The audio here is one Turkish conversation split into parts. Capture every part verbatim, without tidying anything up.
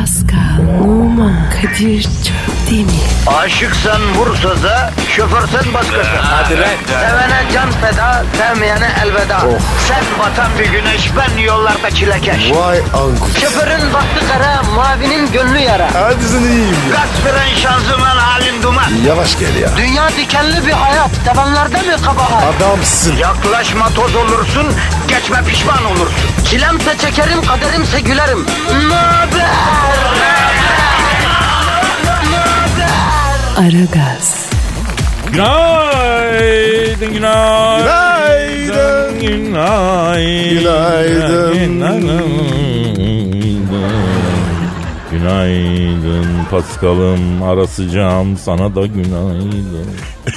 Pascal, Oman, Kadir çok değil mi? Aşıksan vursa da, şoförsen başkasın. Hadi lan. Sevene can feda, sevmeyene elveda. Oh. Sen batan bir güneş, ben yollarda çilekeş. Vay anku. Şoförün baktı kara, mavinin gönlü yara. Hadi sen iyiyim ya. Kasperen şanzıman halin duman. Yavaş gel ya. Dünya dikenli bir hayat, sevenlerde mi kabahar? Adamsın. Yaklaşma toz olursun, geçme pişman olursun. Çilemse çekerim, kaderimse gülerim. Möber! Aragaz, Günaydın, günaydın, Günaydın. günaydın, günaydın Paskal'ım, arasacağım sana da günaydın.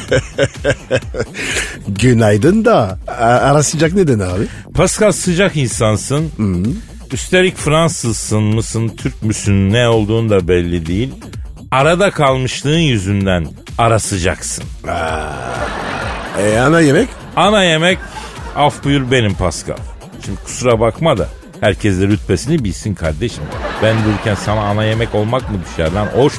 Günaydın da a- ara sıcak neden abi? Pascal, sıcak insansın. Hı. Üstelik Fransızsın mısın, Türk müsün, ne olduğun da belli değil. Arada kalmışlığın yüzünden ara sıcaksın. E ana yemek? Ana yemek, af buyur, benim Pascal. Şimdi kusura bakma da herkes de rütbesini bilsin kardeşim. Ben dururken sana ana yemek olmak mı düşer lan? Hoş.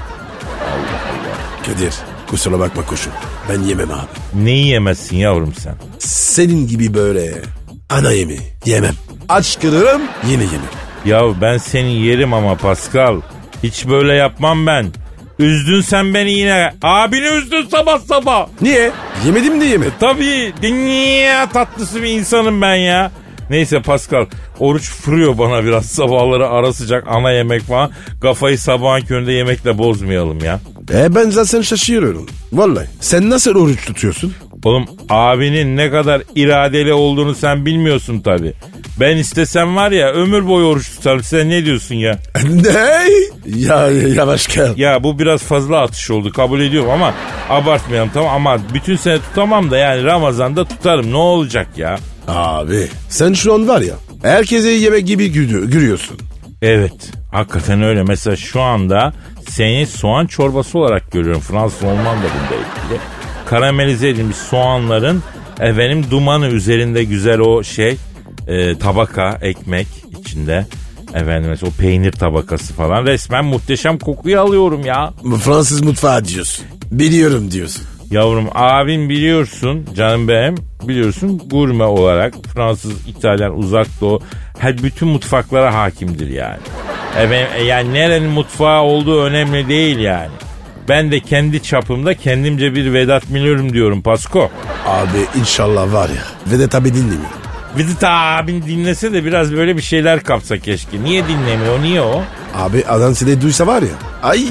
Kadir kusura bakma koşun. Ben yemem abi. Neyi yemezsin yavrum sen? Senin gibi böyle ana yemeği yemem. Aç kalırım yine yemem. Ya ben seni yerim ama Pascal. Hiç böyle yapmam ben. Üzdün sen beni yine. Abini üzdün sabah sabah. Niye? Yemedim de yemedim. Tabii dünya tatlısı bir insanım ben ya. Neyse Pascal, oruç fırıyor bana biraz, sabahları ara sıcak ana yemek falan. Kafayı sabahın köründe yemekle bozmayalım ya. E ben zaten şaşırıyorum. Vallahi sen nasıl oruç tutuyorsun? Oğlum, abinin ne kadar iradeli olduğunu sen bilmiyorsun tabii. Ben istesem var ya ömür boyu oruç tutarım. Sen ne diyorsun ya? Ne? Ya yavaş gel. Ya bu biraz fazla atış oldu, kabul ediyorum ama abartmayalım, tamam, ama bütün sene tutamam da yani Ramazan'da tutarım, ne olacak ya? Abi sen şu an var ya herkese yemek gibi gülü- gülüyorsun. Evet, hakikaten öyle. Mesela şu anda seni soğan çorbası olarak görüyorum. Fransız olman da bunda etkili. Karamelize edilmiş soğanların efendim dumanı üzerinde güzel o şey e, tabaka, ekmek içinde. Efendim mesela o peynir tabakası falan, resmen muhteşem kokuyu alıyorum ya. Fransız mutfağı diyorsun. Biliyorum diyorsun. Yavrum, abin biliyorsun canım benim, biliyorsun gurme olarak Fransız, İtalyan, uzak doğu her bütün mutfaklara hakimdir yani. Efendim, yani nerenin mutfağı olduğu önemli değil yani. Ben de kendi çapımda kendimce bir Vedat Milor'um diyorum Pasko. Abi inşallah var ya Vedat abi dinlemiyor. Vedat abin dinlese de biraz böyle bir şeyler kapsa keşke. Niye dinlemiyor, niye o? Abi adam seni duysa var ya ay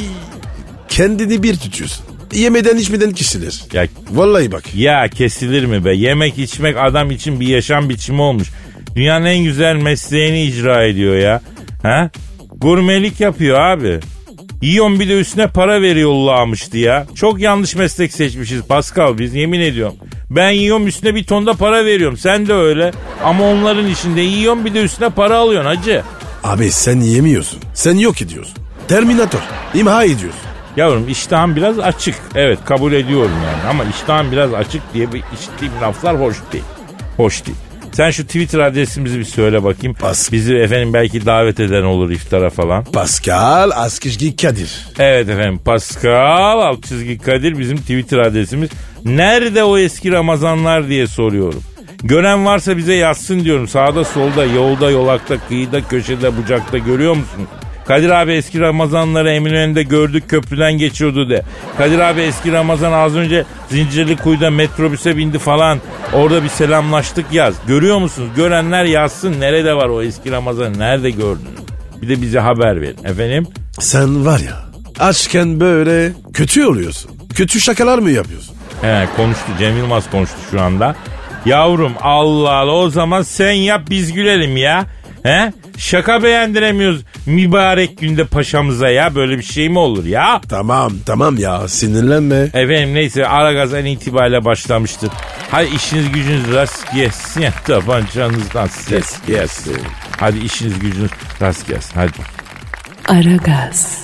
kendini bir tutuyorsun. Yemeden içmeden kişilir. Ya, vallahi bak. ya kesilir mi be? Yemek içmek adam için bir yaşam biçimi olmuş. Dünyanın en güzel mesleğini icra ediyor ya. Ha? Gurmelik yapıyor abi. Yiyon bir de üstüne para veriyorlarmıştı ya. Çok yanlış meslek seçmişiz Pascal biz, yemin ediyorum. Ben yiyorum, üstüne bir tonda para veriyorum. Sen de öyle. Ama onların işinde yiyorsun, bir de üstüne para alıyorsun hacı. Abi sen yemiyorsun. Sen yok ediyorsun. Terminator. İmha ediyorsun. Yavrum, iştahım biraz açık. Evet, kabul ediyorum yani. Ama iştahım biraz açık diye bir işittiğim laflar hoş değil. Hoş değil. Sen şu Twitter adresimizi bir söyle bakayım. Pas- Bizi efendim belki davet eden olur iftara falan. Pascal Askışgi Kadir. Evet efendim, Pascal alt çizgi Kadir bizim Twitter adresimiz. Nerede o eski Ramazanlar diye soruyorum. Gören varsa bize yazsın diyorum. Sağda solda, yolda, yolakta, kıyıda, köşede, bucakta görüyor musun? Kadir abi eski Ramazanları Eminönü'nde gördük, köprüden geçiyordu de. Kadir abi eski Ramazan az önce Zincirlikuyu'da metrobüse bindi falan. Orada bir selamlaştık yaz. Görüyor musunuz? Görenler yazsın. Nerede var o eski Ramazan? Nerede gördünüz? Bir de bize haber verin. Efendim? Sen var ya açken böyle kötü oluyorsun. Kötü şakalar mı yapıyorsun? He, konuştu. Cem Yılmaz konuştu şu anda. Yavrum Allah Allah, o zaman sen yap biz gülelim ya. He? Şaka beğendiremiyoruz mübarek günde paşamıza ya. Böyle bir şey mi olur ya? Tamam tamam ya sinirlenme. Efendim neyse, Aragaz en itibariyle başlamıştır. Hadi işiniz gücünüz rast gelsin ya, tabancanızdan ses gelsin. Hadi işiniz gücünüz rast gelsin. Hadi. Aragaz.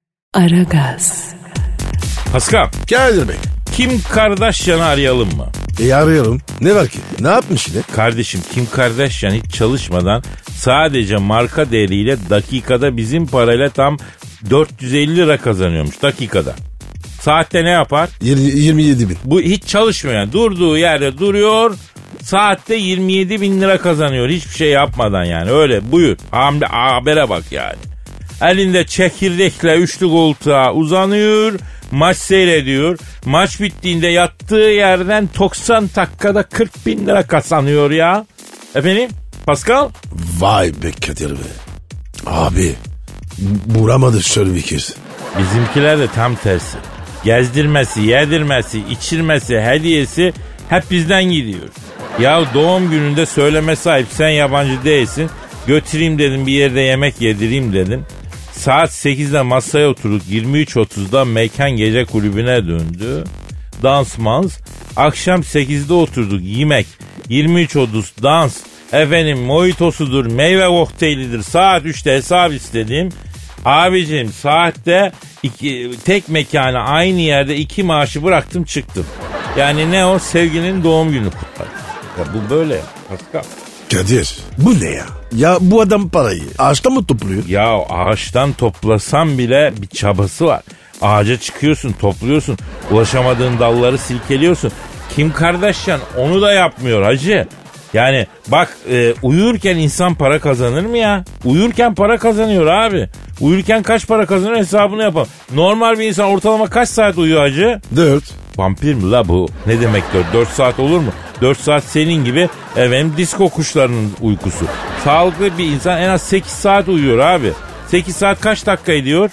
Aragaz. Pascal, Kadir Bey. Kim Kardashian'ı arayalım mı? E arıyorum. Ne var ki? Ne yapmış yine? Kardeşim Kim Kardashian hiç çalışmadan sadece marka değeriyle dakikada bizim parayla tam dört yüz elli lira kazanıyormuş dakikada. Saatte ne yapar? yirmi yedi bin. Bu hiç çalışmıyor yani. Durduğu yerde duruyor. Saatte yirmi yedi bin lira kazanıyor. Hiçbir şey yapmadan yani. Öyle buyur. Hamle, habere bak yani. Elinde çekirdekle üçlü koltuğa uzanıyor. Maç seyrediyor. Maç bittiğinde yattığı yerden doksan dakikada kırk bin lira kazanıyor ya. Efendim? Pascal? Vay be Kadir be. Abi. Vuramadı şöyle bir kez. Bizimkiler de tam tersi. Gezdirmesi, yedirmesi, içirmesi, hediyesi hep bizden gidiyor. Ya doğum gününde söyleme sahip sen yabancı değilsin. Götüreyim dedim bir yerde yemek yedireyim dedim. Saat sekizde masaya oturduk. yirmi üç otuzda mekan gece kulübüne döndü. Dans mans. Akşam sekizde oturduk yemek. yirmi üç otuz dans. Efendim mojitosudur, meyve kokteylidir. Saat üçte hesap istedim. Abicim saatte iki, tek mekana aynı yerde iki maaşı bıraktım çıktım. Yani ne o sevgilinin doğum günü kutladı. Ya bu böyle ya Pascal. Kadir bu ne ya? Ya bu adam parayı ağaçtan mı topluyor? Ya ağaçtan toplasan bile bir çabası var. Ağaca çıkıyorsun, topluyorsun. Ulaşamadığın dalları silkeliyorsun. Kim Kardashian onu da yapmıyor hacı. Yani bak e, uyurken insan para kazanır mı ya? Uyurken para kazanıyor abi. Uyurken kaç para kazanıyor hesabını yapalım. Normal bir insan ortalama kaç saat uyuyor hacı? Dört. Vampir mi la bu? Ne demek dört? Dört saat olur mu? Dört saat senin gibi efendim disko kuşlarının uykusu. Sağlıklı bir insan en az sekiz saat uyuyor abi. sekiz saat kaç dakika ediyor?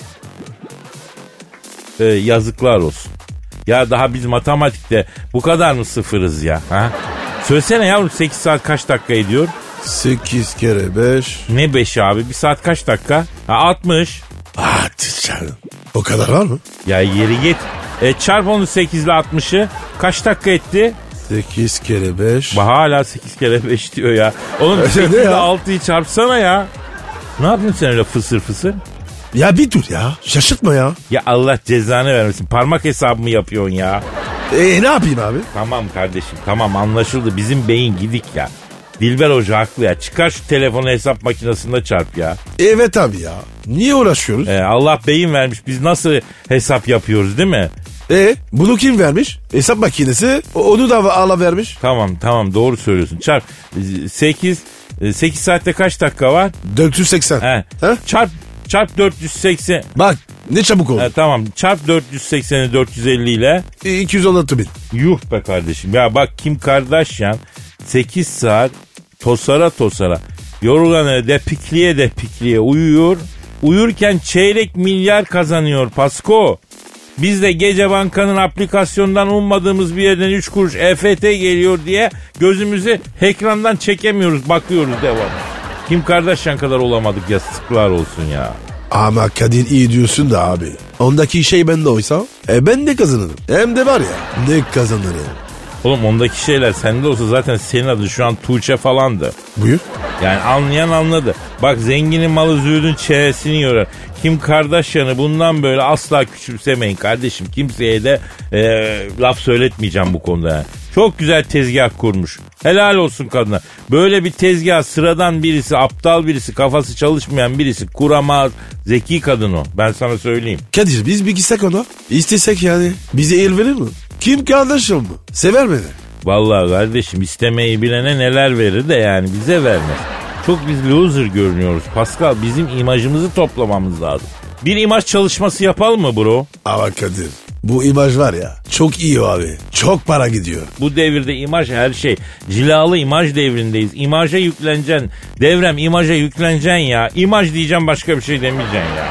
Ee, yazıklar olsun. Ya daha biz matematikte bu kadar mı sıfırız ya? Ha? Söylesene yavrum sekiz saat kaç dakika ediyor? sekiz kere beş. Ne beş abi? Bir saat kaç dakika? Ha, altmış. Hadi canım. O kadar var mı? Ya yeri git. E, çarp onu sekiz ile altmışı. Kaç dakika etti? sekiz kere beş. Bak hala sekiz kere beş diyor ya. Oğlum sekiz ile altıyı çarpsana ya. Ne yapıyorsun sen öyle fısır fısır? Ya bir dur ya. Şaşırtma ya. Ya Allah cezanı vermesin. Parmak hesabı mı yapıyorsun ya? E ne yapayım abi? Tamam kardeşim tamam anlaşıldı. Bizim beyin gidik ya. Dilber Hoca haklı ya. Çıkar şu telefonu hesap makinesinde çarp ya. Evet abi ya. Niye uğraşıyoruz? Ee, Allah beyin vermiş. Biz nasıl hesap yapıyoruz değil mi? E bunu kim vermiş? Hesap makinesi onu da ala vermiş. Tamam tamam doğru söylüyorsun. Çarp sekiz sekiz saatte kaç dakika var? dört yüz seksen. He. He? Çarp çarp dört yüz seksen. Bak ne çabuk oldu. He, tamam çarp dört yüz sekseni dört yüz elli ile. E, iki yüz on altı bin. Yuh be kardeşim. Ya bak Kim Kardashian sekiz saat tosara tosara yorganı depikliye depikliye uyuyor. Uyurken çeyrek milyar kazanıyor Pasko. Biz de gece bankanın aplikasyondan ummadığımız bir yerden üç kuruş E F T geliyor diye gözümüzü ekrandan çekemiyoruz, bakıyoruz devam. Kim Kardashian kadar olamadık ya, sıklar olsun ya. Ama Kadir iyi diyorsun da abi. Ondaki şey bende oysa e ben de kazanırım. Hem de var ya ne kazanırım. Oğlum ondaki şeyler sende olsa zaten senin adın şu an Tuğçe falandı. Buyur. Yani anlayan anladı. Bak zenginin malı züğürdün çenesini yorar. Kim Kardashian'ı bundan böyle asla küçümsemeyin kardeşim. Kimseye de e, laf söyletmeyeceğim bu konuda. Yani. Çok güzel tezgah kurmuş. Helal olsun kadına. Böyle bir tezgah sıradan birisi, aptal birisi, kafası çalışmayan birisi kuramaz. Zeki kadın o. Ben sana söyleyeyim. Kadir biz bir gitsek ona. İstesek yani. Bize el verir mi? Kim Kardashian mı? Sever mi? Vallahi kardeşim istemeyi bilene neler verir de yani bize vermez. Çok biz loser görünüyoruz. Pascal bizim imajımızı toplamamız lazım. Bir imaj çalışması yapalım mı bro? Ama Kadir bu imaj var ya çok iyi abi. Çok para gidiyor. Bu devirde imaj her şey. Cilalı imaj devrindeyiz. İmaja yükleneceksin. Devrem imaja yükleneceksin ya. İmaj diyeceğim başka bir şey demeyeceksin ya.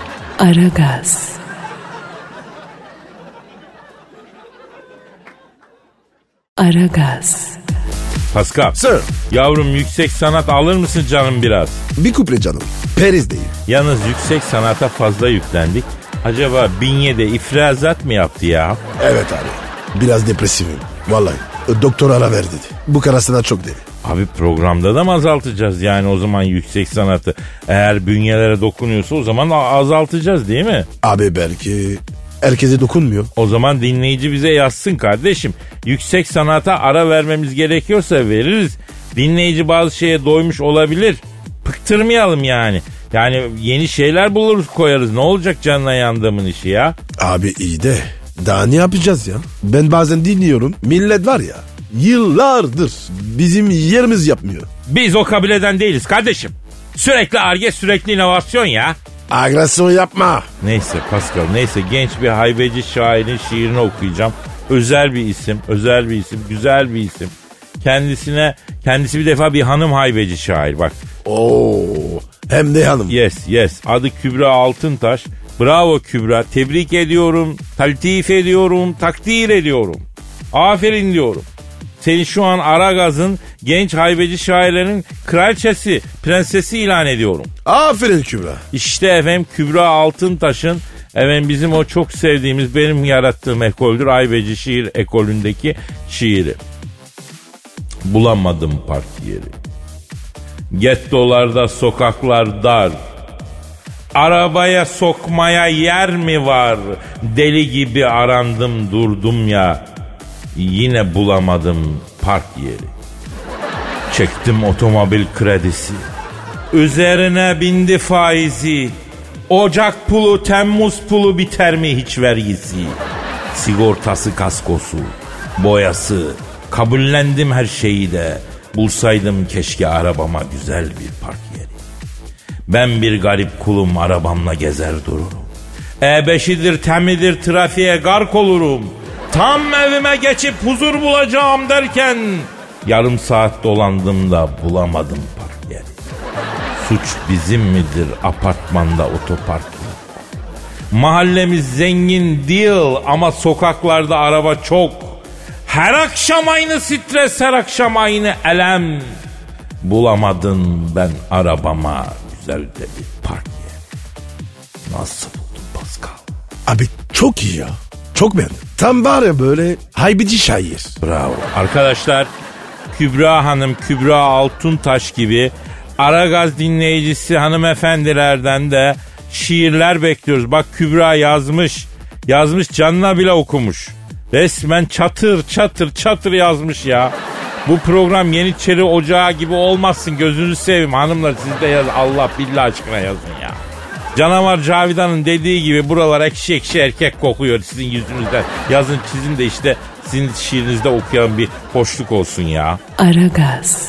Aragaz. Aragaz. Pascal. Sir. Yavrum yüksek sanat alır mısın canım biraz? Bir kuple canım. Periz değil. Yalnız yüksek sanata fazla yüklendik. Acaba bünyede ifrazat mı yaptı ya? Evet abi. Biraz depresifim. Vallahi. Doktor ara ver dedi. Bu karasına çok dedi. Abi programda da mı azaltacağız yani o zaman yüksek sanatı? Eğer bünyelere dokunuyorsa o zaman azaltacağız değil mi? Abi belki Herkese dokunmuyor. O zaman dinleyici bize yazsın kardeşim. Yüksek sanata ara vermemiz gerekiyorsa veririz. Dinleyici bazı şeye doymuş olabilir. Pıktırmayalım yani. Yani yeni şeyler buluruz koyarız. Ne olacak canına yandığımın işi ya? Abi iyi de daha ne yapacağız ya? Ben bazen dinliyorum. Millet var ya yıllardır bizim yerimiz yapmıyor. Biz o kabileden değiliz kardeşim. Sürekli arge, sürekli inovasyon ya. Agresyon yapma. Neyse Pascal, neyse genç bir haybeci şairin şiirini okuyacağım. Özel bir isim, özel bir isim, güzel bir isim. Kendisine, kendisi bir defa bir hanım haybeci şair bak. Oo, hem de hanım. Yes, yes. Adı Kübra Altıntaş. Bravo Kübra, tebrik ediyorum, taltif ediyorum, takdir ediyorum. Aferin diyorum. Seni şu an Aragaz'ın genç haybeci şairlerin kraliçesi, prensesi ilan ediyorum. Aferin Kübra. İşte efendim Kübra Altıntaş'ın efendim bizim o çok sevdiğimiz benim yarattığım ekoldür. Haybeci şiir ekolündeki şiiri. Bulamadım park yeri. Gettolarda sokaklar dar. Arabaya sokmaya yer mi var? Deli gibi arandım durdum ya. Yine bulamadım park yeri. Çektim otomobil kredisi. Üzerine bindi faizi. Ocak pulu, Temmuz pulu biter mi hiç vergisi? Sigortası, kaskosu, boyası. Kabullendim her şeyi de. Bulsaydım keşke arabama güzel bir park yeri. Ben bir garip kulum, arabamla gezer dururum. E beşidir, temidir, trafiğe gark olurum. Tam evime geçip huzur bulacağım derken yarım saat dolandım da bulamadım park yeri. Suç bizim midir apartmanda otopark yok? Mahallemiz zengin değil ama sokaklarda araba çok. Her akşam aynı stres, her akşam aynı elem. Bulamadım ben arabama güzel de bir park yeri. Nasıl buldun Pascal? Abi çok iyi ya. Çok beğendim. Tam var ya böyle haybeci şair. Bravo. Arkadaşlar Kübra Hanım, Kübra Altuntaş gibi Aragaz dinleyicisi hanımefendilerden de şiirler bekliyoruz. Bak Kübra yazmış. Yazmış, canına bile okumuş. Resmen çatır çatır çatır yazmış ya. Bu program Yeniçeri Ocağı gibi olmasın, gözünüzü seveyim hanımlar, siz de yaz, Allah billah aşkına yazın ya. Canavar Cavidan'ın dediği gibi buralar ekşi ekşi erkek kokuyor sizin yüzünüzden. Yazın çizin de işte sizin şiirinizde okuyan bir hoşluk olsun ya. Aragaz.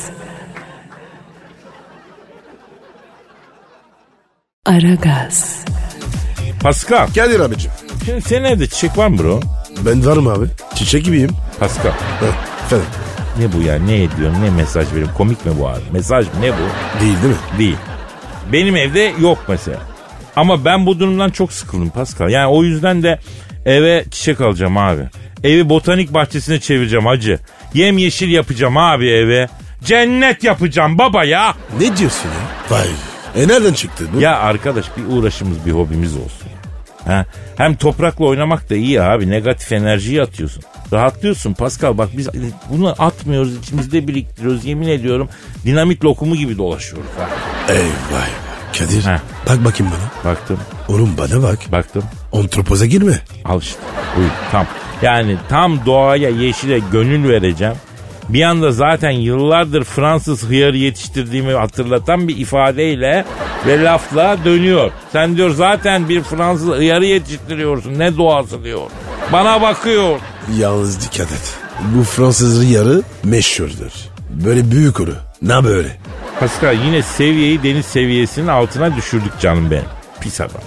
Aragaz. Pascal. Kadir abicim. Şimdi senin evde çiçek var mı bro? Ben varım abi. Çiçek gibiyim. Pascal. Heh, efendim. Ne bu ya? Ne ediyorsun? Ne mesaj veriyorsun? Komik mi bu abi? Mesaj mı? Ne bu? Değil değil mi? Değil. Benim evde yok mesela. Ama ben bu durumdan çok sıkıldım Pascal. Yani o yüzden de eve çiçek alacağım abi. Evi botanik bahçesine çevireceğim hacı. Yemyeşil yapacağım abi eve. Cennet yapacağım baba ya. Ne diyorsun ya? Vay. E nereden çıktı bu? Ya arkadaş bir uğraşımız, bir hobimiz olsun. Ha? Hem toprakla oynamak da iyi abi. Negatif enerjiyi atıyorsun. Rahatlıyorsun Pascal. Bak biz bunu atmıyoruz, içimizde biriktiriyoruz. Yemin ediyorum dinamit lokumu gibi dolaşıyoruz. Ha? Eyvah. Kadir Ha. bak bakayım bana. Baktım. Oğlum bana bak. Baktım. Antropoza girme. Al işte. Buyur. Tam. Yani tam doğaya, yeşile gönül vereceğim. Bir anda zaten yıllardır Fransız hıyarı yetiştirdiğimi hatırlatan bir ifadeyle ve lafla dönüyor. Sen diyor zaten bir Fransız hıyarı yetiştiriyorsun. Ne doğası diyor. Bana bakıyor. Yalnız dikkat et. Bu Fransız yarı meşhurdur. Böyle büyük uru. Ne böyle? Pascal yine seviyeyi deniz seviyesinin altına düşürdük canım benim. Pis adam.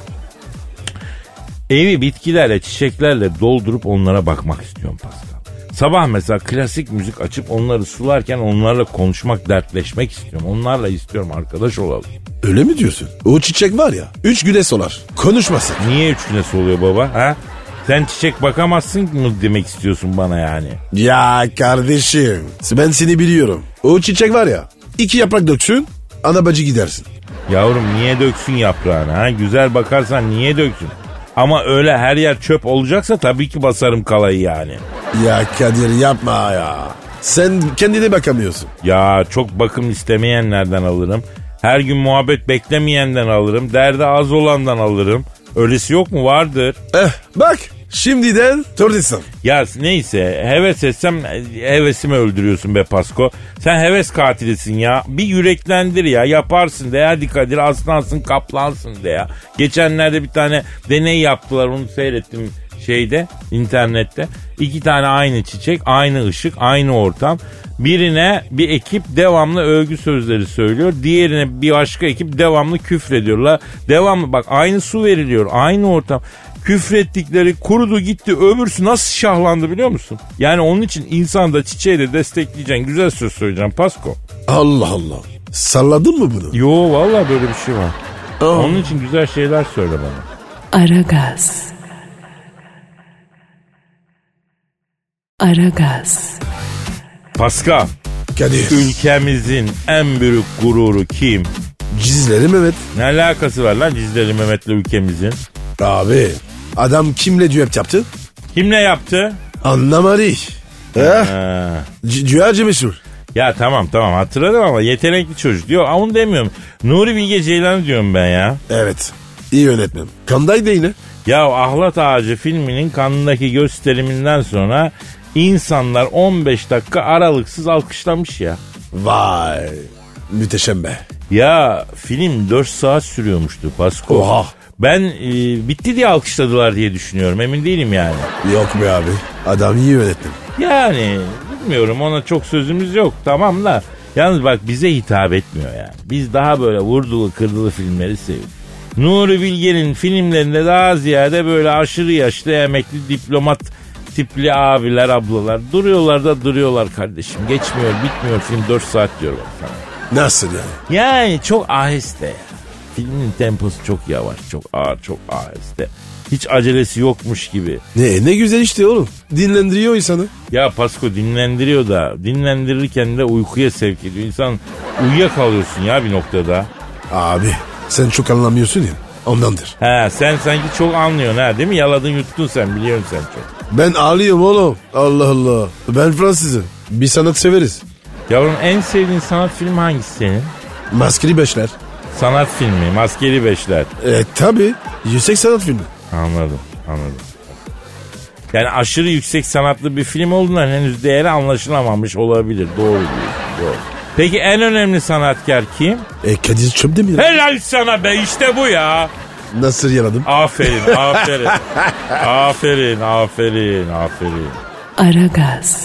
Evi bitkilerle, çiçeklerle doldurup onlara bakmak istiyorum Pascal. Sabah mesela klasik müzik açıp onları sularken onlarla konuşmak, dertleşmek istiyorum. Onlarla istiyorum arkadaş olalım. Öyle mi diyorsun? O çiçek var ya üç güne solar. Konuşmasın. Niye üç güne soluyor baba? Ha? Sen çiçek bakamazsın mı demek istiyorsun bana yani? Ya kardeşim ben seni biliyorum. O çiçek var ya iki yaprak döksün ana bacı gidersin. Yavrum niye döksün yaprağını? Ha? Güzel bakarsan niye döksün? Ama öyle her yer çöp olacaksa tabii ki basarım kalayı yani. Ya Kadir yapma ya. Sen kendine bakamıyorsun. Ya çok bakım istemeyenlerden alırım. Her gün muhabbet beklemeyenden alırım. Derdi az olandan alırım. Öylesi yok mu? Vardır. Eh bak şimdiden tordinsan. Ya neyse heves etsem hevesimi öldürüyorsun be Pasko. Sen heves katilisin ya. Bir yüreklendir ya, yaparsın de ya, hadi Kadir aslansın kaplansın de ya. Geçenlerde bir tane deney yaptılar, onu seyrettim şeyde, internette. İki tane aynı çiçek, aynı ışık, aynı ortam. Birine bir ekip devamlı övgü sözleri söylüyor. Diğerine bir başka ekip devamlı küfrediyorlar. Devamlı bak, aynı su veriliyor, aynı ortam. Küfrettikleri kurudu gitti, öbürsü nasıl şahlandı biliyor musun? Yani onun için insan da çiçeği de destekleyeceksin, güzel söz söyleyeceksin Pasko. Allah Allah. Salladın mı bunu? Yo vallahi böyle bir şey var. Aa. Onun için güzel şeyler söyle bana. Aragaz. Aragaz. Pascal, Kadir. ülkemizin en büyük gururu kim? Cizleri Mehmet. Ne alakası var lan Cizreli Mehmet'le ülkemizin? Abi adam kimle düet yaptı? Kim ne yaptı? Anlamadı. Eh? Ha. C- Düğerci meşhur. Ya tamam tamam hatırladım ama yetenekli çocuk diyor. Aa, onu demiyorum. Nuri Bilge Ceylan'ı diyorum ben ya. Evet. İyi yönetmen. Kandaydı yine. Ya Ahlat Ağacı filminin Cannes'daki gösteriminden sonra insanlar on beş dakika aralıksız alkışlamış ya. Vay. Müteşem be. Ya film dört saat sürüyormuştu Pasko. Oha. Ben e, bitti diye alkışladılar diye düşünüyorum, emin değilim yani. Yok be abi. Adam iyi yönetmen. Yani bilmiyorum, ona çok sözümüz yok tamam da. Yalnız bak bize hitap etmiyor yani. Biz daha böyle vurdulu kırdılı filmleri seviyoruz. Nuri Bilge'nin filmlerinde daha ziyade böyle aşırı yaşlı emekli diplomat tipli abiler ablalar duruyorlar da duruyorlar kardeşim. Geçmiyor bitmiyor film, dört saat diyor bak sana. Nasıl yani? Yani çok aheste ya. Filmin temposu çok yavaş, çok ağır, çok aheste. Hiç acelesi yokmuş gibi. Ne ne güzel işte oğlum. Dinlendiriyor insanı. Ya Pasko dinlendiriyor da dinlendirirken de uykuya sevk ediyor. İnsan uyuyakalıyorsun ya bir noktada. Abi sen çok anlamıyorsun ya. Ondandır. He sen sanki çok anlıyorsun ha değil mi? Yaladın yuttun sen, biliyorum sen çok. Ben ağlıyorum oğlum. Allah Allah. Ben Fransızım. Bir sanat severiz. Yavrum en sevdiğin sanat filmi hangisi senin? Maskeli Beşler. Sanat filmi, Maskeli Beşler. E tabi. Yüksek sanat filmi. Anladım, anladım. Yani aşırı yüksek sanatlı bir film olduğundan henüz değeri anlaşılamamış olabilir. Doğru diyorsun, doğru. Peki en önemli sanatkar kim? E Kadir Çöpdemir. Helal sana be, işte bu ya. Nasıl yaradım? Aferin, aferin. aferin, aferin, aferin. Aragaz.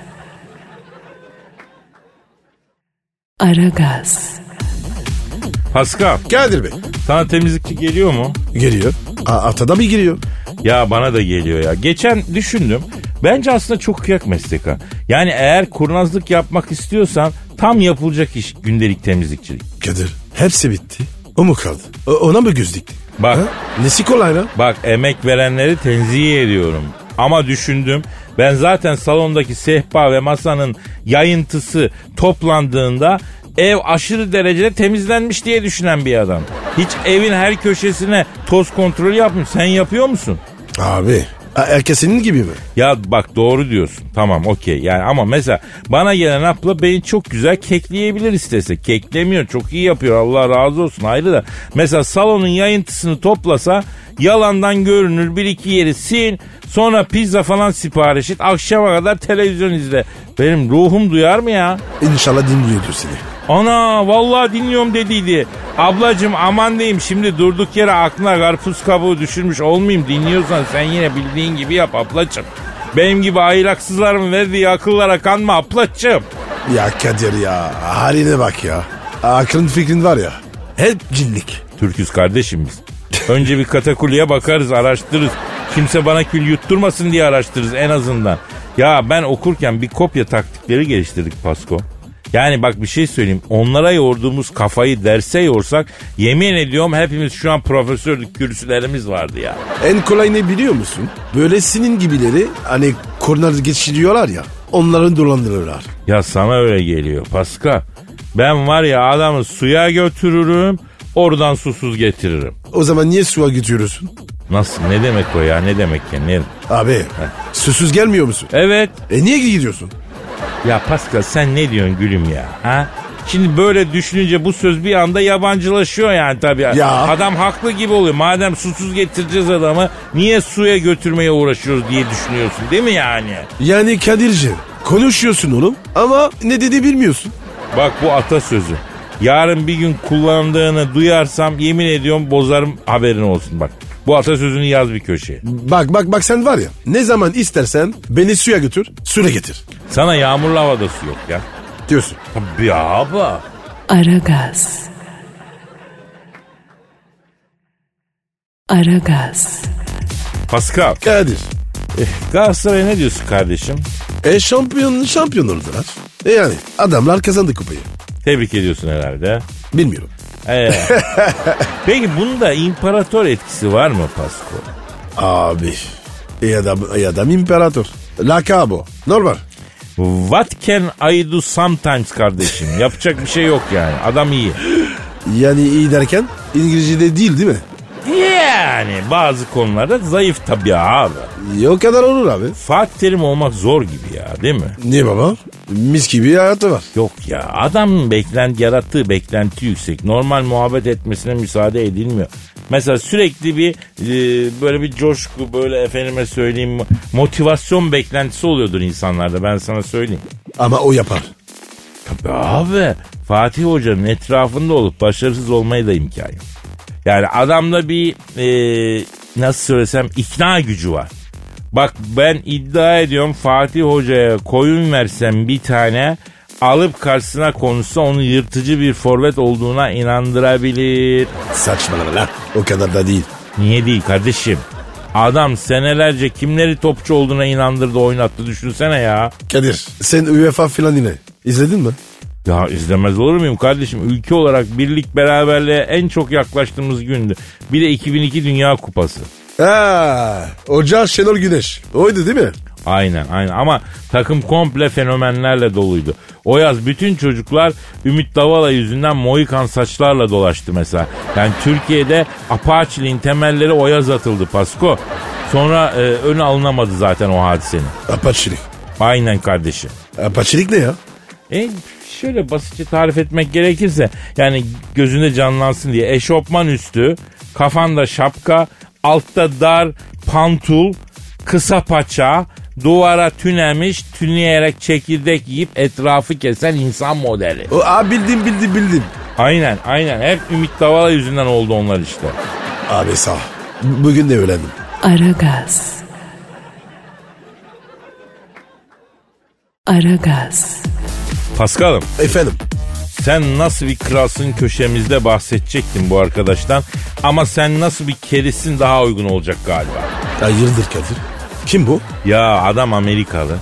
Aragaz. Pascal, Kadir Bey. sana temizlikçi geliyor mu? Geliyor. A atada mı giriyor? Ya bana da geliyor ya. Geçen düşündüm. Bence aslında çok kıyak meslek ha. Yani eğer kurnazlık yapmak istiyorsan tam yapılacak iş gündelik temizlikçilik. Kadir hepsi bitti. O mu kaldı? O, ona mı göz dikti? Bak. Ha? Nesi kolay lan? Bak emek verenleri tenzih ediyorum. Ama düşündüm, ben zaten salondaki sehpa ve masanın yayıntısı toplandığında ev aşırı derecede temizlenmiş diye düşünen bir adam. Hiç evin her köşesine toz kontrolü yapmıyor. Sen yapıyor musun? Abi herkes senin gibi mi? Ya bak doğru diyorsun. Tamam okey. Yani ama mesela bana gelen abla beni çok güzel kekleyebilir istese. Keklemiyor. Çok iyi yapıyor. Allah razı olsun. Ayrı da. Mesela salonun yayıntısını toplasa yalandan görünür. Bir iki yeri sil. Sonra pizza falan sipariş et. Akşama kadar televizyon izle. Benim ruhum duyar mı ya? İnşallah dinliyordur seni. Ana vallahi dinliyorum dediydi. Ablacım aman diyeyim, şimdi durduk yere aklına karpuz kabuğu düşürmüş olmayayım. Dinliyorsan sen yine bildiğin gibi yap ablacım. Benim gibi ahlaksızların verdiği akıllara kanma ablacım. Ya Kadir ya haline bak ya. Aklın fikrin var ya. Hep cinlik. Türküz kardeşim biz. Önce bir katakulliye bakarız, araştırırız. Kimse bana kül yutturmasın diye araştırırız en azından. Ya ben okurken bir kopya taktikleri geliştirdik Pasko. Yani bak bir şey söyleyeyim. Onlara yorduğumuz kafayı derse yorsak yemin ediyorum hepimiz şu an profesörlük kürsülerimiz vardı ya. En kolay ne biliyor musun? Böyle senin gibileri hani korner geçiriyorlar ya. Onların dolandırırlar. Ya sana öyle geliyor Pascal. Ben var ya adamı suya götürürüm, oradan susuz getiririm. O zaman niye suya götürüyorsun? Nasıl, ne demek o ya, ne demek ya? Ne? Abi Heh. susuz gelmiyor musun? Evet. E niye gidiyorsun? Ya Pascal sen ne diyorsun gülüm ya? Ha? Şimdi böyle düşününce bu söz bir anda yabancılaşıyor yani tabii. Ya. Adam haklı gibi oluyor. Madem susuz getireceğiz adamı niye suya götürmeye uğraşıyoruz diye düşünüyorsun değil mi yani? Yani Kadir'ciğim konuşuyorsun oğlum ama ne dedi bilmiyorsun. Bak bu atasözü. Yarın bir gün kullandığını duyarsam yemin ediyorum bozarım, haberin olsun bak. Bu atasözünü yaz bir köşeye. Bak bak bak sen var ya ne zaman istersen beni suya götür süre getir. Sana yağmurlu havada su yok ya. Diyorsun. Tabii abi. Aragaz. Aragaz. Pascal. Kadir. Eh, Galatasaray'a ne diyorsun kardeşim? E şampiyon şampiyon oldular. E yani adamlar kazandı kupayı. Tebrik ediyorsun herhalde. Bilmiyorum. Ee, peki bunda imparator etkisi var mı Pasko? Abi. E adam, e adam imparator. Lakabo. Normal. What can I do sometimes kardeşim? Yapacak bir şey yok yani. Adam iyi. Yani iyi derken İngilizce'de değil değil mi? Yani bazı konularda zayıf tabii abi. E, o kadar olur abi. Fatih Terim olmak zor gibi ya değil mi? Niye baba? Mis gibi hayatı var. Yok ya adamın beklenti, yarattığı beklenti yüksek. Normal muhabbet etmesine müsaade edilmiyor. Mesela sürekli bir e, böyle bir coşku, böyle efendime söyleyeyim motivasyon beklentisi oluyordur insanlarda, ben sana söyleyeyim. Ama o yapar. Tabii abi Fatih Hoca'nın etrafında olup başarısız olmaya da imkan yok. Yani adamda bir e, nasıl söylesem ikna gücü var. Bak ben iddia ediyorum Fatih Hoca'ya koyun versem bir tane alıp karşısına konuşsa onu yırtıcı bir forvet olduğuna inandırabilir. Saçmalama lan. O kadar da değil. Niye değil kardeşim? Adam senelerce kimleri topçu olduğuna inandırdı, oynattı, düşünsene ya. Kadir sen UEFA filan yine izledin mi? Ya izlemez olur muyum kardeşim? Ülke olarak birlik beraberliğe en çok yaklaştığımız gündü. Bir de iki bin iki Dünya Kupası. Ha, Hoca Şenol Güneş. Oydu değil mi? Aynen aynen ama takım komple fenomenlerle doluydu. O yaz bütün çocuklar Ümit Davala yüzünden mohikan saçlarla dolaştı mesela. Yani Türkiye'de Apache'liğin temelleri o yaz atıldı Pasko. Sonra e, önü alınamadı zaten o hadisenin. Apaçilik. Aynen kardeşim. Apaçilik ne ya? E şöyle basitçe tarif etmek gerekirse yani gözünde canlansın diye eşofman üstü, kafanda şapka, altta dar pantul, kısa paça, duvara tünemiş, tüneyerek çekirdek yiyip etrafı kesen insan modeli. O, abi bildim bildim bildim. Aynen aynen hep Ümit Davala yüzünden oldu onlar işte. Abi sağ ol. Bugün de öğrendim. Aragaz. Aragaz. Paskal'ım Efendim. sen nasıl bir kralsın köşemizde bahsedecektin bu arkadaştan. Ama sen nasıl bir kerisin daha uygun olacak galiba. Hayırdır Kadir? Kim bu? Ya adam Amerikalı.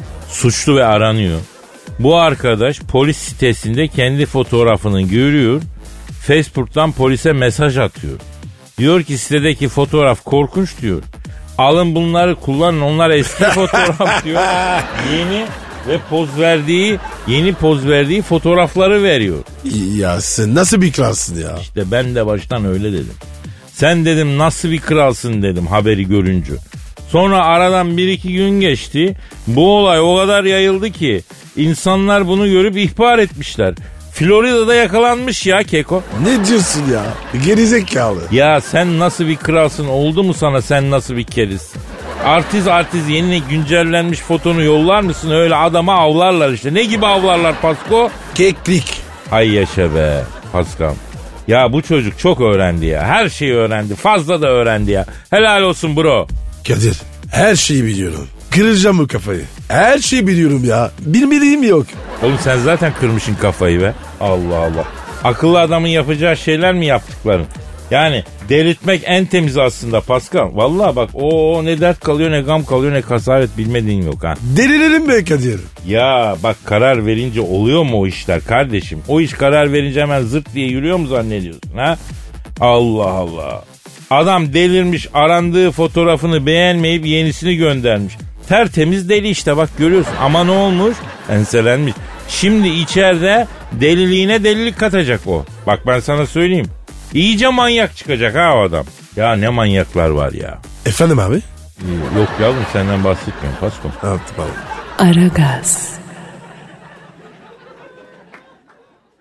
Suçlu ve aranıyor. Bu arkadaş polis sitesinde kendi fotoğrafını görüyor. Facebook'tan polise mesaj atıyor. Diyor ki sitedeki fotoğraf korkunç diyor. Alın bunları kullanın, onlar eski fotoğraf diyor. Yeni ve poz verdiği, yeni poz verdiği fotoğrafları veriyor. Ya sen nasıl bir kralsın ya? İşte ben de baştan öyle dedim. Sen dedim nasıl bir kralsın dedim haberi görünce. Sonra aradan bir iki gün geçti. Bu olay o kadar yayıldı ki insanlar bunu görüp ihbar etmişler. Florida'da yakalanmış ya Keko. Ne diyorsun ya? Gerizekalı. Ya sen nasıl bir kralsın, oldu mu sana sen nasıl bir kerizsin? Artist artist yeni güncellenmiş fotonu yollar mısın, öyle adama avlarlar işte. Ne gibi avlarlar Pasko? Keklik. Hay yaşa be Paskal. Ya bu çocuk çok öğrendi ya. Her şeyi öğrendi. Fazla da öğrendi ya. Helal olsun bro. Kadir her şeyi biliyorum. Kıracağım bu kafayı. Her şeyi biliyorum ya. Bilmediğim yok. Oğlum sen zaten kırmışsın kafayı be. Allah Allah. Akıllı adamın yapacağı şeyler mi yaptıkların? Yani delirtmek en temiz aslında Pascal. Vallahi bak o ne dert kalıyor, ne gam kalıyor, ne kasavet bilmediğin yok ha. Delilerim be Kadir. Ya bak karar verince oluyor mu o işler kardeşim? O iş karar verince hemen zırt diye yürüyor mu zannediyorsun ha? Allah Allah. Adam delirmiş, arandığı fotoğrafını beğenmeyip yenisini göndermiş. Tertemiz deli işte bak görüyorsun. Ama ne olmuş? Enselenmiş. Şimdi içeride deliliğine delilik katacak o. Bak ben sana söyleyeyim. İyice manyak çıkacak ha o adam. Ya ne manyaklar var ya. Efendim abi? Ee, yok yavrum senden bahsetmiyorum Pasko. Evet, tamam. Aragaz.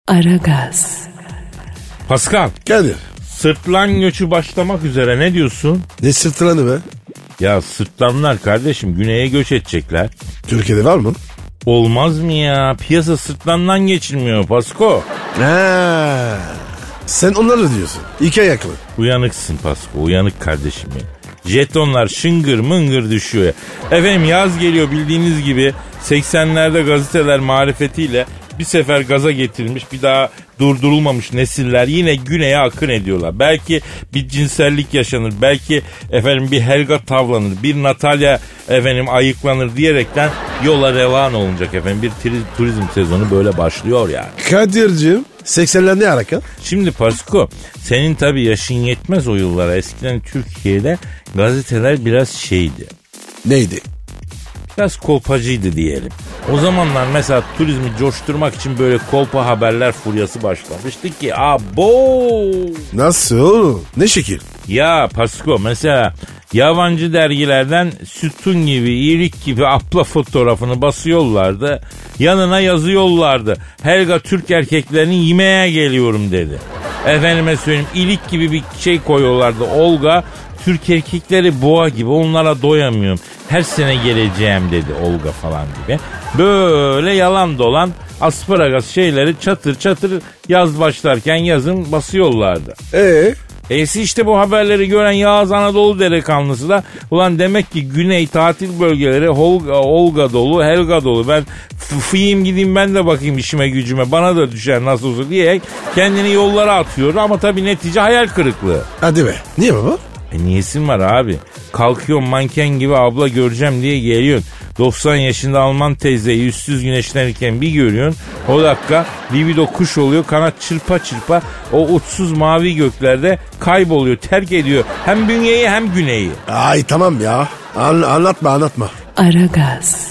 Aragaz. Pascal, Kadir. sırtlan göçü başlamak üzere, ne diyorsun? Ne sırtlanı be? Ya sırtlanlar kardeşim güneye göç edecekler. Türkiye'de var mı? Olmaz mı ya? Piyasa sırtlandan geçilmiyor Pasko. Ha. Sen onları diyorsun. İki ayaklı. Uyanıksın Pasko, uyanık kardeşim ya. Jetonlar şıngır mıngır düşüyor ya. Efendim yaz geliyor bildiğiniz gibi. seksenlerde gazeteler marifetiyle bir sefer gaza getirilmiş, bir daha durdurulmamış nesiller yine güneye akın ediyorlar. Belki bir cinsellik yaşanır, belki efendim bir Helga tavlanır, bir Natalya efendim ayıklanır diyerekten yola revan olunacak efendim. Bir turizm, turizm sezonu böyle başlıyor yani. Kadir'cim seksenler ne alaka? Şimdi Pasko, senin tabii yaşın yetmez o yıllara. Eskiden Türkiye'de gazeteler biraz şeydi. Neydi? Biraz kolpacıydı diyelim. O zamanlar mesela turizmi coşturmak için böyle kolpa haberler furyası başlamıştı ki abo. Nasıl oğlum? Ne şekil? Ya Pasko, mesela yabancı dergilerden sütun gibi, iyilik gibi abla fotoğrafını basıyorlardı. Yanına yazıyorlardı. Helga Türk erkeklerinin yemeğe geliyorum dedi. Efendime söyleyeyim, ilik gibi bir şey koyuyorlardı. Olga Türk erkekleri boğa gibi, onlara doyamıyorum. Her sene geleceğim dedi Olga falan gibi. Böyle yalan dolan asparagas şeyleri çatır çatır yaz başlarken yazın basıyorlardı. Ee? Esi işte bu haberleri gören Yağız Anadolu delikanlısı da ulan demek ki güney tatil bölgeleri Olga, Olga dolu, Helga dolu. Ben fıyım gideyim ben de bakayım işime gücüme, bana da düşer nasıl olsa diyerek kendini yollara atıyor ama tabii netice hayal kırıklığı. Hadi be. Niye baba? E niyesin var abi? Kalkıyorsun manken gibi abla göreceğim diye geliyorsun. doksan yaşında Alman teyzeyi yüzsüz güneşlenirken bir görüyorsun. O dakika libido kuş oluyor, kanat çırpa çırpa o uçsuz mavi göklerde kayboluyor, terk ediyor. Hem bünyeyi hem güneyi. Ay tamam ya. An- anlatma anlatma. Aragaz.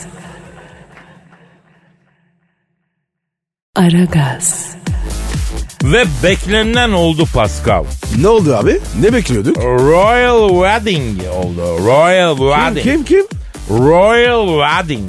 Aragaz. Ve beklenen oldu Pascal. Ne oldu abi? Ne bekliyorduk? Royal Wedding oldu. Royal Wedding. Kim kim? Royal Wedding.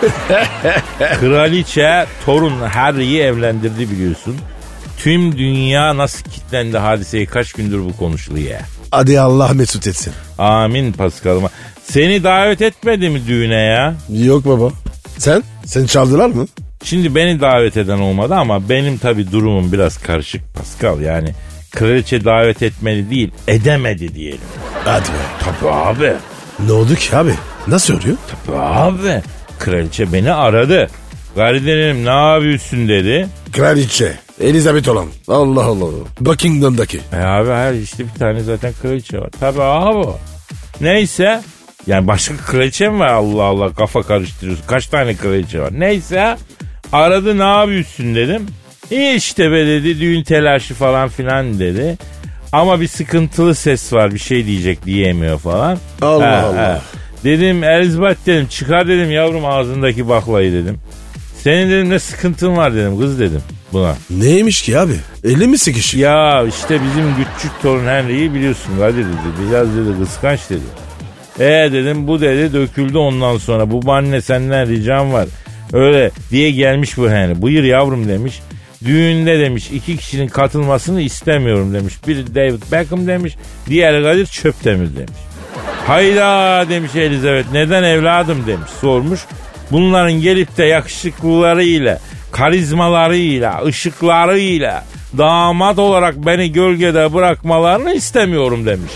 Kraliçe torun Harry'i evlendirdi biliyorsun. Tüm dünya nasıl kitlendi hadiseye, kaç gündür bu konuşuluyor. Hadi Allah mesut etsin. Amin Paskal'ıma. Seni davet etmedi mi düğüne ya? Yok baba. Sen? Seni çağırdılar mı? Şimdi beni davet eden olmadı ama benim tabii durumum biraz karışık Pascal. Yani kraliçe davet etmedi değil, edemedi diyelim. Hadi be. Tabii abi. Ne oldu ki abi? Nasıl oluyor? Tabii abi. Kraliçe beni aradı. Garidenim ne yapıyorsun dedi. Kraliçe. Elizabeth olan. Allah Allah. Buckingham'daki. E abi her işte bir tane zaten kraliçe var. Tabii abi. Neyse. Yani başka kraliçe mi var? Allah Allah, kafa karıştırıyorsun. Kaç tane kraliçe var? Neyse. Aradı, ne yapıyorsun dedim. İyi işte be dedi, düğün telaşı falan filan dedi. Ama bir sıkıntılı ses var, bir şey diyecek diyemiyor falan. Allah ha, Allah. Ha. Dedim Elizabeth dedim, çıkar dedim yavrum ağzındaki baklayı dedim. Senin dedim ne sıkıntın var dedim kız dedim buna. Neymiş ki abi? Eli mi sıkışık? Ya işte bizim küçük torun Henry'yi biliyorsun Kadir dedi. Biraz dedi kıskanç dedi. E dedim bu dedi döküldü ondan sonra. Bu anne senden ricam var. Öyle diye gelmiş bu Henry. Buyur yavrum demiş. Düğünde demiş iki kişinin katılmasını istemiyorum demiş. Biri David Beckham demiş. Diğeri Kadir Çöptemir demiş. Hayda demiş Elizabeth, neden evladım demiş sormuş. Bunların gelip de yakışıklılarıyla, karizmalarıyla, ışıklarıyla damat olarak beni gölgede bırakmalarını istemiyorum demiş.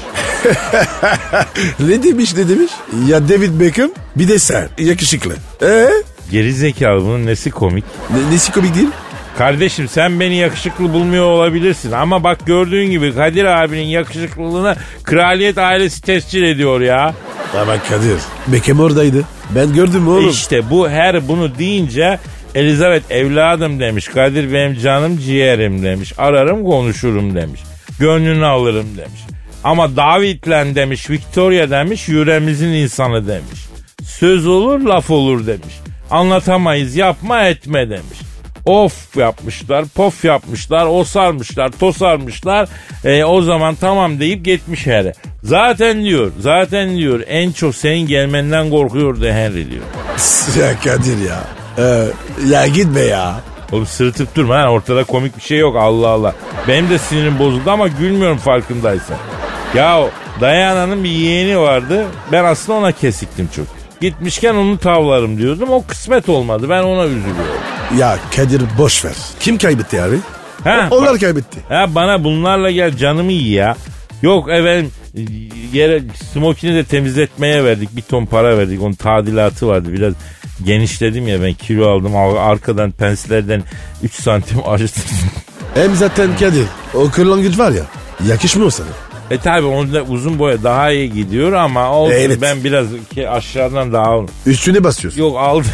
Ne demiş ne demiş? Ya David Beckham bir de sen yakışıklı. Eee? Geri zekalı, bunun nesi komik? Ne, nesi komik değil? Kardeşim sen beni yakışıklı bulmuyor olabilirsin ama bak gördüğün gibi Kadir abinin yakışıklılığını kraliyet ailesi tescil ediyor ya. Ama Kadir, Beckham oradaydı. Ben gördüm oğlum. İşte bu her bunu deyince Elizabeth evladım demiş. Kadir benim canım ciğerim demiş. Ararım konuşurum demiş. Gönlünü alırım demiş. Ama David'le demiş, Victoria demiş, yüreğimizin insanı demiş. Söz olur laf olur demiş. Anlatamayız, yapma etme demiş. Of yapmışlar, pof yapmışlar, osarmışlar, tosarmışlar. E, o zaman tamam deyip gitmiş Harry. Zaten diyor, zaten diyor en çok senin gelmenden korkuyordu Henry diyor. Ya Kadir ya. Ee, ya gitme ya. Oğlum sırıtıp durma lan, ortada komik bir şey yok, Allah Allah. Benim de sinirim bozuldu ama gülmüyorum farkındaysan. Ya Dayana'nın bir yeğeni vardı. Ben aslında ona kesiktim çok. Gitmişken onu tavlarım diyordum. O kısmet olmadı. Ben ona üzülüyorum. Ya Kadir boş ver. Kim kaybetti abi? Ha, Onlar bak, kaybetti. ha, bana bunlarla gel canımı iyi ya. Yok efendim yere smokini de temizletmeye verdik. Bir ton para verdik. Onun tadilatı vardı. Biraz genişledim ya ben, kilo aldım. Arkadan penslerden üç santim acıtırdım. Hem zaten Kadir o kırlangıç var ya, yakışmıyor sana. E tabi onda uzun boya daha iyi gidiyor ama olsun, evet. Ben biraz aşağıdan daha... Üstüne basıyorsun. Yok aldım.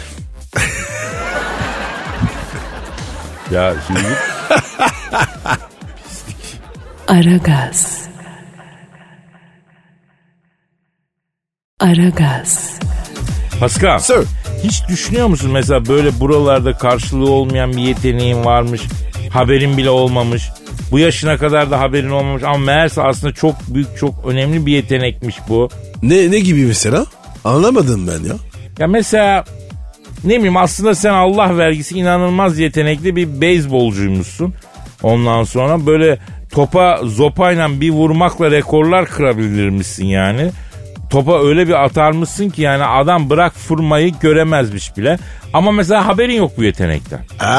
Ya şimdi... Aragaz. Aragaz. Pascal. Sir. Hiç düşünüyor musun mesela böyle buralarda karşılığı olmayan bir yeteneğin varmış, haberin bile olmamış. Bu yaşına kadar da haberin olmamış ama meğerse aslında çok büyük, çok önemli bir yetenekmiş bu. Ne ne gibi mesela? Anlamadım ben ya. Ya mesela ne bileyim, aslında sen Allah vergisi inanılmaz yetenekli bir beyzbolcuymuşsun. Ondan sonra böyle topa zopayla bir vurmakla rekorlar kırabilirmişsin yani. Topa öyle bir atarmışsın ki yani adam bırak vurmayı göremezmiş bile. Ama mesela haberin yok bu yetenekten.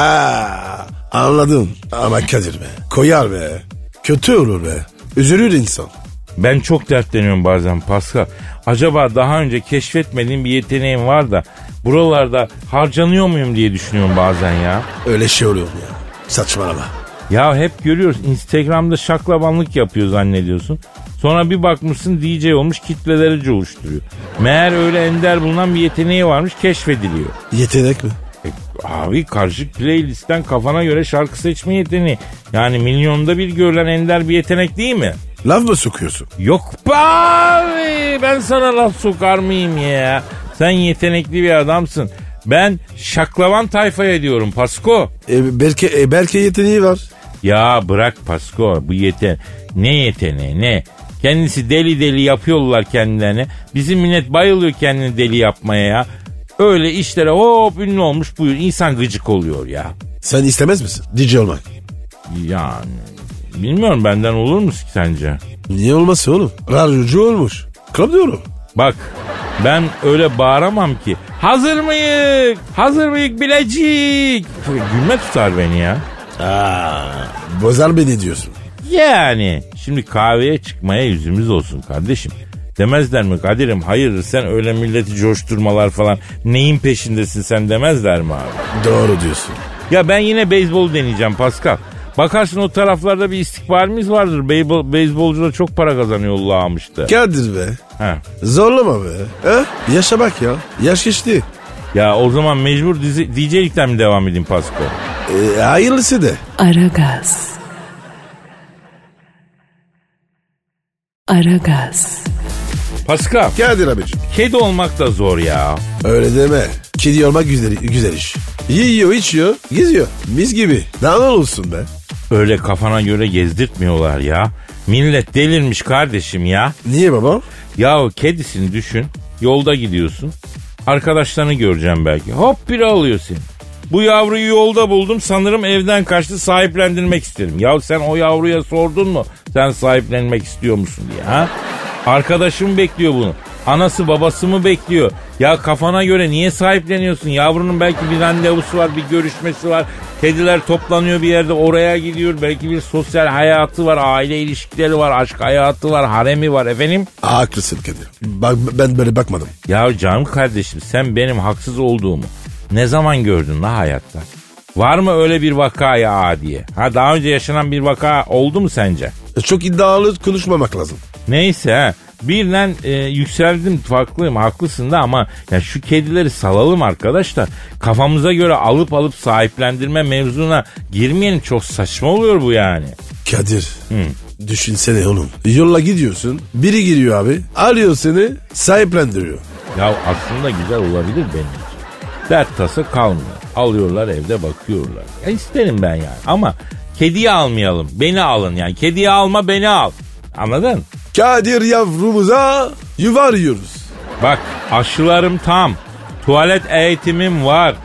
Aa, anladım. Ama Kadir be, koyar be. Kötü olur be. Üzülür insan. Ben çok dertleniyorum bazen Pascal. Acaba daha önce keşfetmediğim bir yeteneğim var da buralarda harcanıyor muyum diye düşünüyorum bazen ya. Öyle şey oluyor ya. Saçmalama. Ya hep görüyoruz, Instagram'da şaklabanlık yapıyor zannediyorsun. Sonra bir bakmışsın D J olmuş, kitleleri coşturuyor. Meğer öyle ender bulunan bir yeteneği varmış, keşfediliyor. Yetenek mi? E, abi karışık playlistten kafana göre şarkı seçme yeteneği. Yani milyonda bir görülen ender bir yetenek değil mi? Laf mı sokuyorsun? Yok be abi, ben sana laf sokar mıyım ya? Sen yetenekli bir adamsın. Ben şaklavan tayfaya diyorum Pasko. E, belki, e, belki yeteneği var. Ya bırak Pasko, bu yeten ne yeteneği ne? Kendisi deli deli yapıyorlar kendilerini. Bizim millet bayılıyor kendini deli yapmaya ya. Öyle işlere hop ünlü olmuş buyur. İnsan gıcık oluyor ya. Sen istemez misin D J olmak? Yani bilmiyorum, benden olur mu sence? Niye olmasın oğlum? Radyocu olmuş. Kral diyorum. Bak ben öyle bağıramam ki. Hazır mıyık? Hazır mıyık Bilecik? Gülme tutar beni ya. Aa, bozar beni diyorsun. Yani şimdi kahveye çıkmaya yüzümüz olsun kardeşim. Demezler mi Kadir'im hayırdır sen öyle milleti coşturmalar falan neyin peşindesin sen demezler mi abi? Doğru diyorsun. Ya ben yine beyzbol deneyeceğim Pascal. Bakarsın o taraflarda bir istikbalimiz vardır. Beyzbol, beyzbolcular çok para kazanıyor Allah'ımıştı. Kadir be. He. Zorlama be. He? Yaşa bak ya. Yaş geçti. Ya o zaman mecbur D J'likten mi devam edeyim Pasko? E, hayırlısı de. Aragaz. Aragaz. Pascal. Kadir abicim. Kedi olmak da zor ya. Öyle deme. Kedi olmak güzel, güzel iş. Yiyor, içiyor, geziyor. Mis gibi. Daha ne olsun be? Öyle kafana göre gezdirtmiyorlar ya. Millet delirmiş kardeşim ya. Niye baba? Ya kedisini düşün. Yolda gidiyorsun. Arkadaşlarını göreceğim belki. Hop biri alıyor seni. Bu yavruyu yolda buldum, sanırım evden kaçtı, sahiplendirmek isterim. Ya sen o yavruya sordun mu sen sahiplenmek istiyor musun diye ha? Arkadaşım bekliyor bunu. Anası babası mı bekliyor? Ya kafana göre niye sahipleniyorsun? Yavrunun belki bir randevusu var, bir görüşmesi var. Kediler toplanıyor bir yerde, oraya gidiyor. Belki bir sosyal hayatı var, aile ilişkileri var, aşk hayatı var, haremi var efendim. Haklısın Kadir. Bak, ben böyle bakmadım. Ya canım kardeşim, sen benim haksız olduğumu ne zaman gördün la hayatta? Var mı öyle bir vakaya a diye? Ha, daha önce yaşanan bir vaka oldu mu sence? Çok iddialı konuşmamak lazım. Neyse ha. Birden e, yükseldim, farklıyım, haklısın da ama ya şu kedileri salalım arkadaşlar. Kafamıza göre alıp alıp sahiplendirme mevzuna girmeyelim, çok saçma oluyor bu yani. Kadir. Hı. Düşünsene oğlum. Yolla gidiyorsun. Biri giriyor abi. Alıyor seni, sahiplendiriyor. Ya aslında güzel olabilir benim için. Dert tasa kalmıyor. Alıyorlar evde bakıyorlar. Ya isterim ben yani ama kediyi almayalım. Beni alın yani. Kediyi alma, beni al. Anladın? Kadir yavrumuza yuva arıyoruz. Bak aşılarım tam. Tuvalet eğitimim var.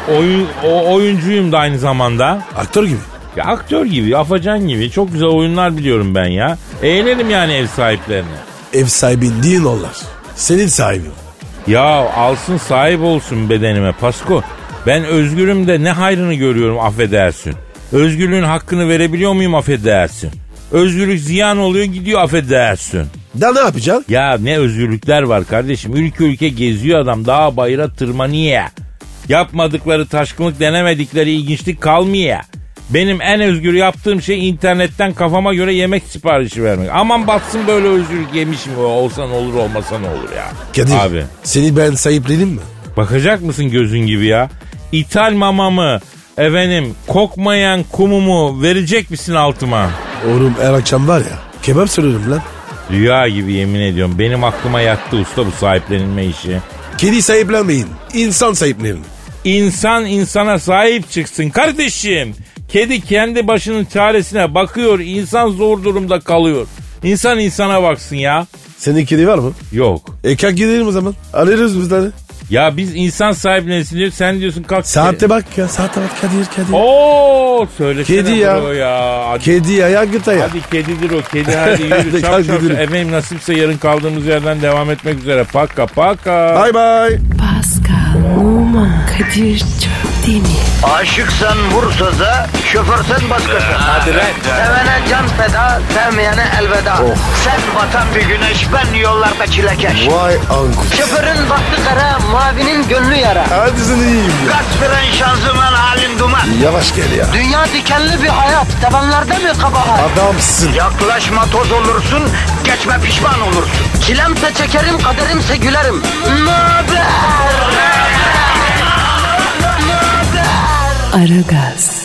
oyun, o, oyuncuyum da aynı zamanda. Aktör gibi. Ya aktör gibi, afacan gibi çok güzel oyunlar biliyorum ben ya. Eğlenim yani ev sahiplerine. Ev sahibi değil onlar. Senin sahibin. Ya alsın sahip olsun bedenime Pasko. Ben özgürüm de ne hayrını görüyorum affedersin. Özgürlüğün hakkını verebiliyor muyum affedersin. Özgürlük ziyan oluyor gidiyor affedersin. Da ne yapacaksın? Ya ne özgürlükler var kardeşim. Ülke ülke geziyor adam dağa bayıra tırmanıyor. Yapmadıkları taşkınlık denemedikleri ilginçlik kalmıyor. Benim en özgür yaptığım şey internetten kafama göre yemek siparişi vermek. Aman batsın böyle özgürlük yemişim. Olsa ne olur olmasa ne olur ya. Kadir Abi. seni ben sahiplenim mi? Bakacak mısın gözün gibi ya? İthal mamamı, efendim kokmayan kumumu verecek misin altıma? Oğlum her akşam var ya kebap söylüyorum lan. Rüya gibi yemin ediyorum. Benim aklıma yattı usta bu sahiplenilme işi. Kedi sahiplenmeyin. İnsan sahiplenin. İnsan insana sahip çıksın kardeşim. Kedi kendi başının çaresine bakıyor. İnsan zor durumda kalıyor. İnsan insana baksın ya. Senin kedi var mı? Yok. E kalk gidelim o zaman. Ararız biz de. Ya biz insan sahiplensin diyoruz. Sen diyorsun kalk. Saatte bak ya. Saate bak Kadir Kadir. Oo söylesene Kedi ya. bro ya. Hadi, Kedi ya ya gıta ya. hadi kedidir o. Kedi hadi yürü. Çap Kalk çap. gidelim. Efendim nasipse yarın kaldığımız yerden devam etmek üzere. Paka paka. Bye bye. Pascal, Oman, Kadir çok değil mi? Aşıksan vursa da, şoförsen başkasın. Hadi lan. Sevene can feda, sevmeyene elveda. Sen batan bir güneş, ben yollarda çilekeş. Vay anku. Şoförün baktı kara, mavinin gönlü yara. Hadi sen iyiyim ya. Kasperen şanzıman halin duman. Yavaş gel ya. Dünya dikenli bir hayat, sevenlerde mi kabahar? Adamsın. Yaklaşma toz olursun, geçme pişman olursun. Çilemse çekerim, kaderimse gülerim. Möber! Aragaz.